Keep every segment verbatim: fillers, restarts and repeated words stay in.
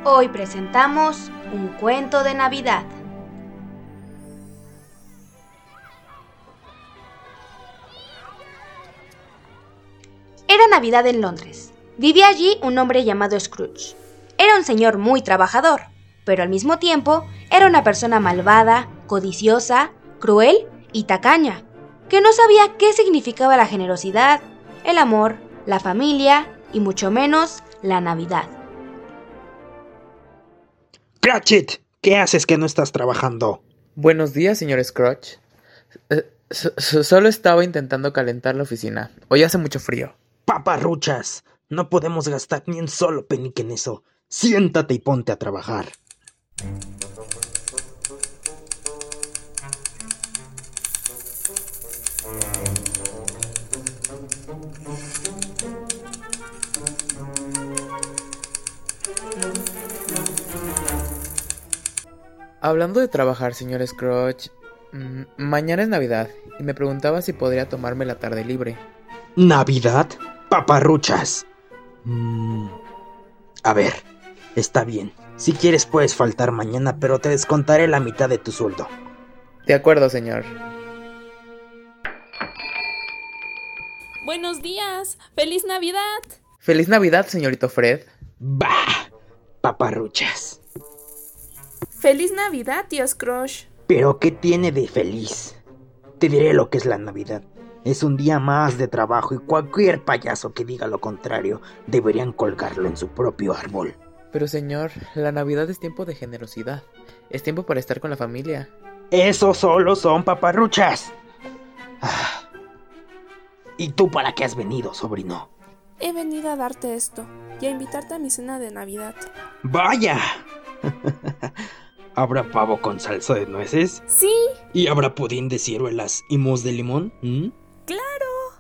Hoy presentamos un cuento de Navidad. Era Navidad en Londres. Vivía allí un hombre llamado Scrooge. Era un señor muy trabajador, pero al mismo tiempo era una persona malvada, codiciosa, cruel y tacaña, que no sabía qué significaba la generosidad, el amor, la familia y mucho menos la Navidad. Cratchit, ¿qué haces que no estás trabajando? Buenos días, señor Scrooge. Eh, so- so- solo estaba intentando calentar la oficina. Hoy hace mucho frío. Paparruchas, no podemos gastar ni un solo penique en eso. Siéntate y ponte a trabajar. Hablando de trabajar, señor Scrooge, mm, mañana es Navidad y me preguntaba si podría tomarme la tarde libre. ¿Navidad? Paparruchas. Mm, a ver, está bien. Si quieres puedes faltar mañana, pero te descontaré la mitad de tu sueldo. De acuerdo, señor. Buenos días, ¡feliz Navidad! ¡Feliz Navidad, señorito Fred! ¡Bah! Paparruchas. ¡Feliz Navidad, tío Scrooge! ¿Pero qué tiene de feliz? Te diré lo que es la Navidad. Es un día más de trabajo y cualquier payaso que diga lo contrario deberían colgarlo en su propio árbol. Pero, señor, la Navidad es tiempo de generosidad. Es tiempo para estar con la familia. Eso solo son paparruchas. Ah. ¿Y tú para qué has venido, sobrino? He venido a darte esto y a invitarte a mi cena de Navidad. ¡Vaya! ¿Habrá pavo con salsa de nueces? ¡Sí! ¿Y habrá pudín de ciruelas y mousse de limón? ¿Mm? ¡Claro!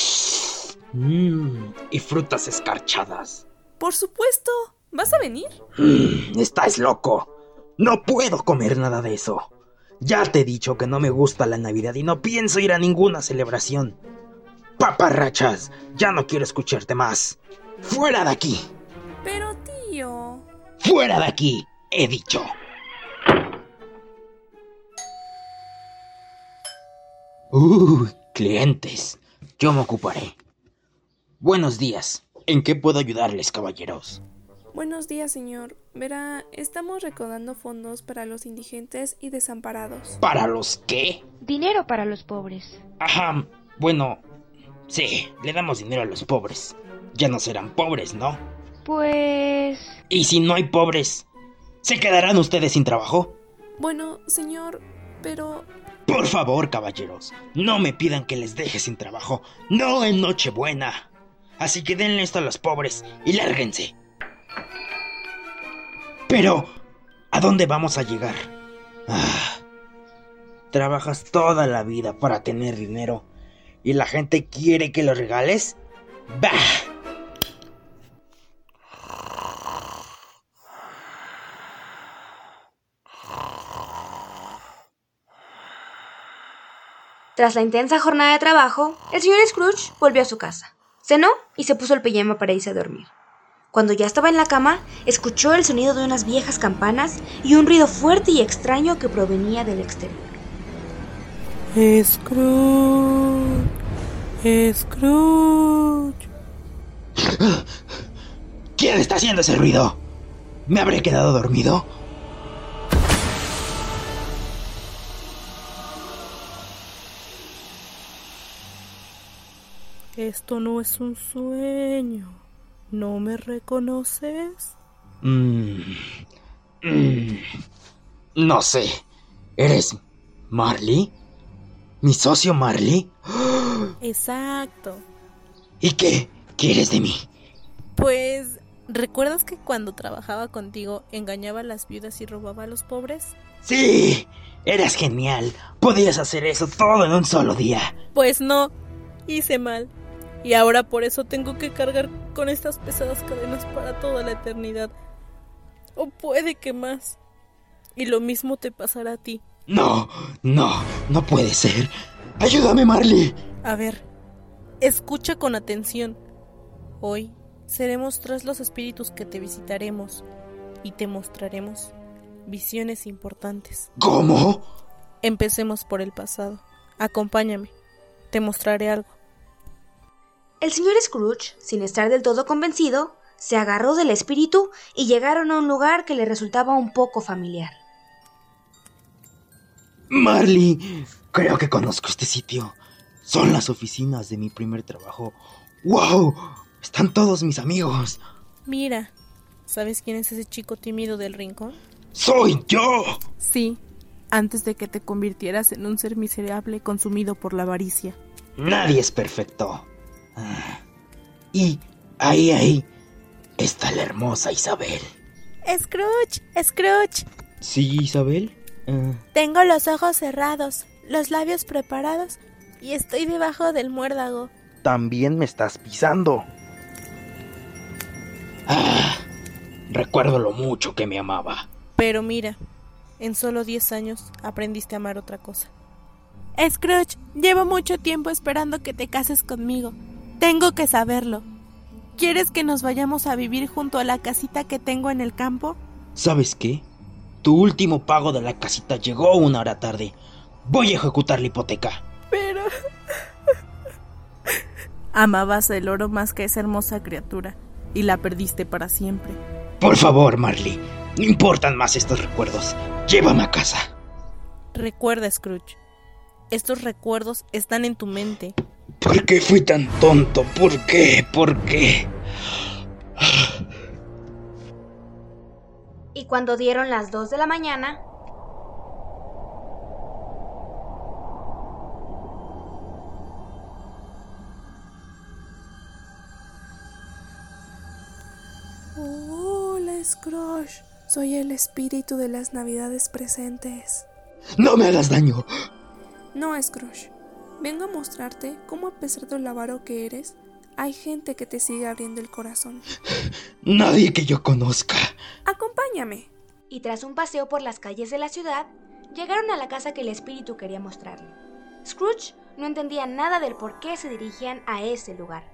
Mm, y frutas escarchadas. ¡Por supuesto! ¿Vas a venir? Mm, ¡estás loco! No puedo comer nada de eso. Ya te he dicho que no me gusta la Navidad y no pienso ir a ninguna celebración. Paparrachas, ya no quiero escucharte más. ¡Fuera de aquí! Pero, tío... ¡Fuera de aquí! He dicho. Uh, clientes. Yo me ocuparé. Buenos días. ¿En qué puedo ayudarles, caballeros? Buenos días, señor. Verá, estamos recaudando fondos para los indigentes y desamparados. ¿Para los qué? Dinero para los pobres. Ajá, bueno, sí, le damos dinero a los pobres. Ya no serán pobres, ¿no? Pues... ¿Y si no hay pobres? ¿Se quedarán ustedes sin trabajo? Bueno, señor, pero... Por favor, caballeros, no me pidan que les deje sin trabajo. No en Nochebuena. Así que denle esto a los pobres y lárguense. Pero, ¿a dónde vamos a llegar? Ah, trabajas toda la vida para tener dinero y la gente quiere que lo regales. ¡Bah! Tras la intensa jornada de trabajo, el señor Scrooge volvió a su casa. Cenó y se puso el pijama para irse a dormir. Cuando ya estaba en la cama, escuchó el sonido de unas viejas campanas y un ruido fuerte y extraño que provenía del exterior. Scrooge, Scrooge. ¿Quién está haciendo ese ruido? ¿Me habré quedado dormido? Esto no es un sueño. ¿No me reconoces? Mm, mm, no sé. ¿Eres Marley? ¿Mi socio Marley? Exacto. ¿Y qué quieres de mí? Pues, ¿recuerdas que cuando trabajaba contigo engañaba a las viudas y robaba a los pobres? ¡Sí! Eras genial. Podías hacer eso todo en un solo día. Pues no, hice mal. Y ahora por eso tengo que cargar con estas pesadas cadenas para toda la eternidad. O puede que más. Y lo mismo te pasará a ti. No, no, no puede ser. ¡Ayúdame, Marley! A ver, escucha con atención. Hoy seremos tres los espíritus que te visitaremos. y te mostraremos visiones importantes. ¿Cómo? Empecemos por el pasado. Acompáñame, te mostraré algo. El señor Scrooge, sin estar del todo convencido, se agarró del espíritu y llegaron a un lugar que le resultaba un poco familiar. Marley, creo que conozco este sitio. Son las oficinas de mi primer trabajo. ¡Wow! Están todos mis amigos. Mira, ¿sabes quién es ese chico tímido del rincón? ¡Soy yo! Sí, antes de que te convirtieras en un ser miserable consumido por la avaricia. Nadie es perfecto. Ah. Y ahí, ahí, está la hermosa Isabel. Scrooge, Scrooge. ¿Sí, Isabel? Uh... Tengo los ojos cerrados, los labios preparados y estoy debajo del muérdago. También me estás pisando. Ah, recuerdo lo mucho que me amaba. Pero mira, en solo diez años aprendiste a amar otra cosa. Scrooge, llevo mucho tiempo esperando que te cases conmigo. Tengo que saberlo. ¿Quieres que nos vayamos a vivir junto a la casita que tengo en el campo? ¿Sabes qué? Tu último pago de la casita llegó una hora tarde. Voy a ejecutar la hipoteca. Pero... amabas el oro más que esa hermosa criatura y la perdiste para siempre. Por favor, Marley, no importan más estos recuerdos. Llévame a casa. Recuerda, Scrooge, estos recuerdos están en tu mente. ¿Por qué fui tan tonto? ¿Por qué? ¿Por qué? Y cuando dieron las dos de la mañana... Hola, Scrooge. Soy el espíritu de las navidades presentes. ¡No me hagas daño! No, Scrooge. Vengo a mostrarte cómo, a pesar de lo avaro que eres, hay gente que te sigue abriendo el corazón. Nadie que yo conozca. Acompáñame. Y tras un paseo por las calles de la ciudad, llegaron a la casa que el espíritu quería mostrarle. Scrooge no entendía nada del por qué se dirigían a ese lugar.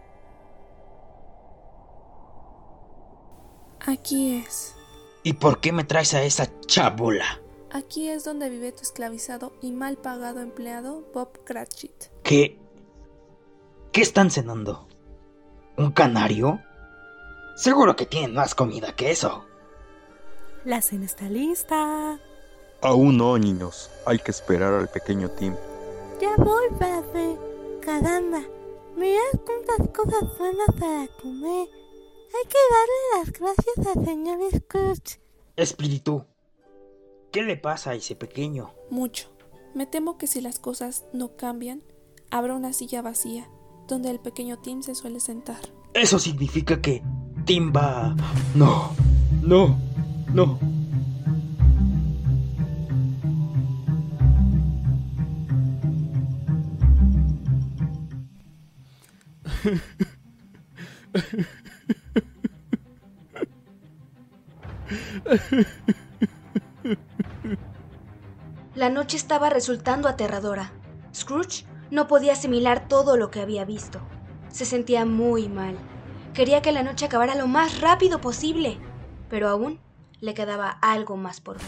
Aquí es. ¿Y por qué me traes a esa chabola? Aquí es donde vive tu esclavizado y mal pagado empleado, Bob Cratchit. ¿Qué? ¿Qué están cenando? ¿Un canario? Seguro que tienen más comida que eso. La cena está lista. Aún no, niños. Hay que esperar al pequeño Tim. Ya voy, padre. Caramba, mirad cuántas cosas buenas para comer. Hay que darle las gracias al señor Scrooge. Espíritu, ¿qué le pasa a ese pequeño? Mucho. Me temo que si las cosas no cambian, habrá una silla vacía, donde el pequeño Tim se suele sentar. Eso significa que Tim va... No, no, no. La noche estaba resultando aterradora. Scrooge no podía asimilar todo lo que había visto. Se sentía muy mal. Quería que la noche acabara lo más rápido posible, pero aún le quedaba algo más por ver.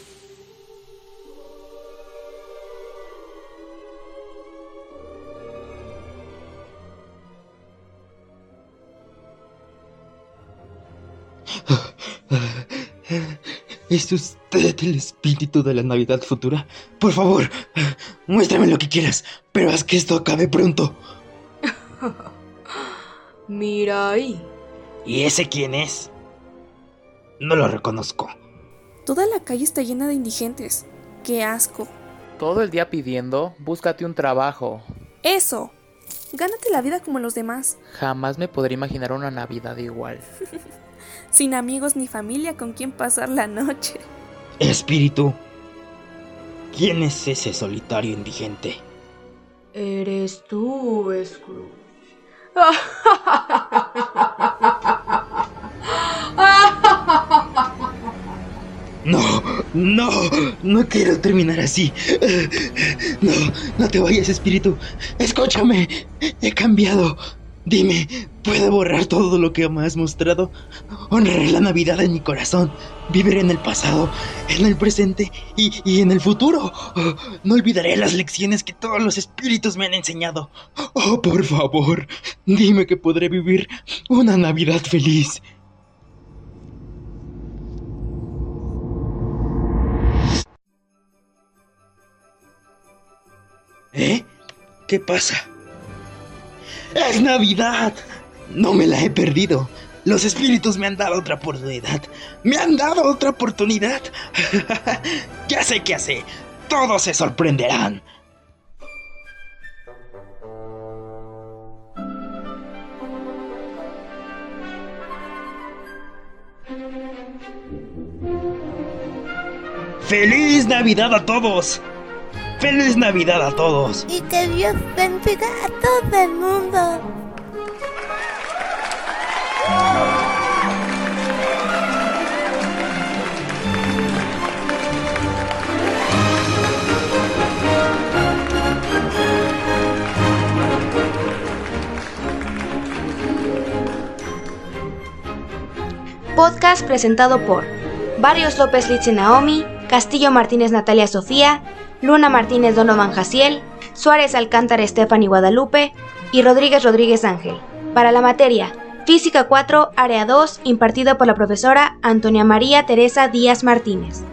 ¿Es usted el espíritu de la Navidad futura? Por favor, muéstrame lo que quieras, pero haz que esto acabe pronto. Mira ahí. ¿Y ese quién es? No lo reconozco. Toda la calle está llena de indigentes. ¡Qué asco! Todo el día pidiendo, búscate un trabajo. ¡Eso! Gánate la vida como los demás. Jamás me podría imaginar una Navidad igual. Sin amigos ni familia con quien pasar la noche. Espíritu, ¿quién es ese solitario indigente? Eres tú, Scrooge. No, no, no quiero terminar así. No, no te vayas, espíritu. Escúchame, he cambiado. Dime, ¿puedo borrar todo lo que me has mostrado? Honraré la Navidad en mi corazón. Viviré en el pasado, en el presente y, y en el futuro. Oh, no olvidaré las lecciones que todos los espíritus me han enseñado. Oh, por favor, dime que podré vivir una Navidad feliz. ¿Eh? ¿Qué pasa? ¡Es Navidad! No me la he perdido. Los espíritus me han dado otra oportunidad. ¡Me han dado otra oportunidad! Ya sé qué hacer. Todos se sorprenderán. ¡Feliz Navidad a todos! ¡Feliz Navidad a todos! Y que Dios bendiga a todo el mundo. Podcast presentado por Barrios López Litze Naomi, Castillo Martínez Natalia Sofía, Luna Martínez Donovan Jaciel, Suárez Alcántara Stephanie Guadalupe y Rodríguez Rodríguez Ángel. Para la materia Física cuatro, Área dos, impartido por la profesora Antonia María Teresa Díaz Martínez.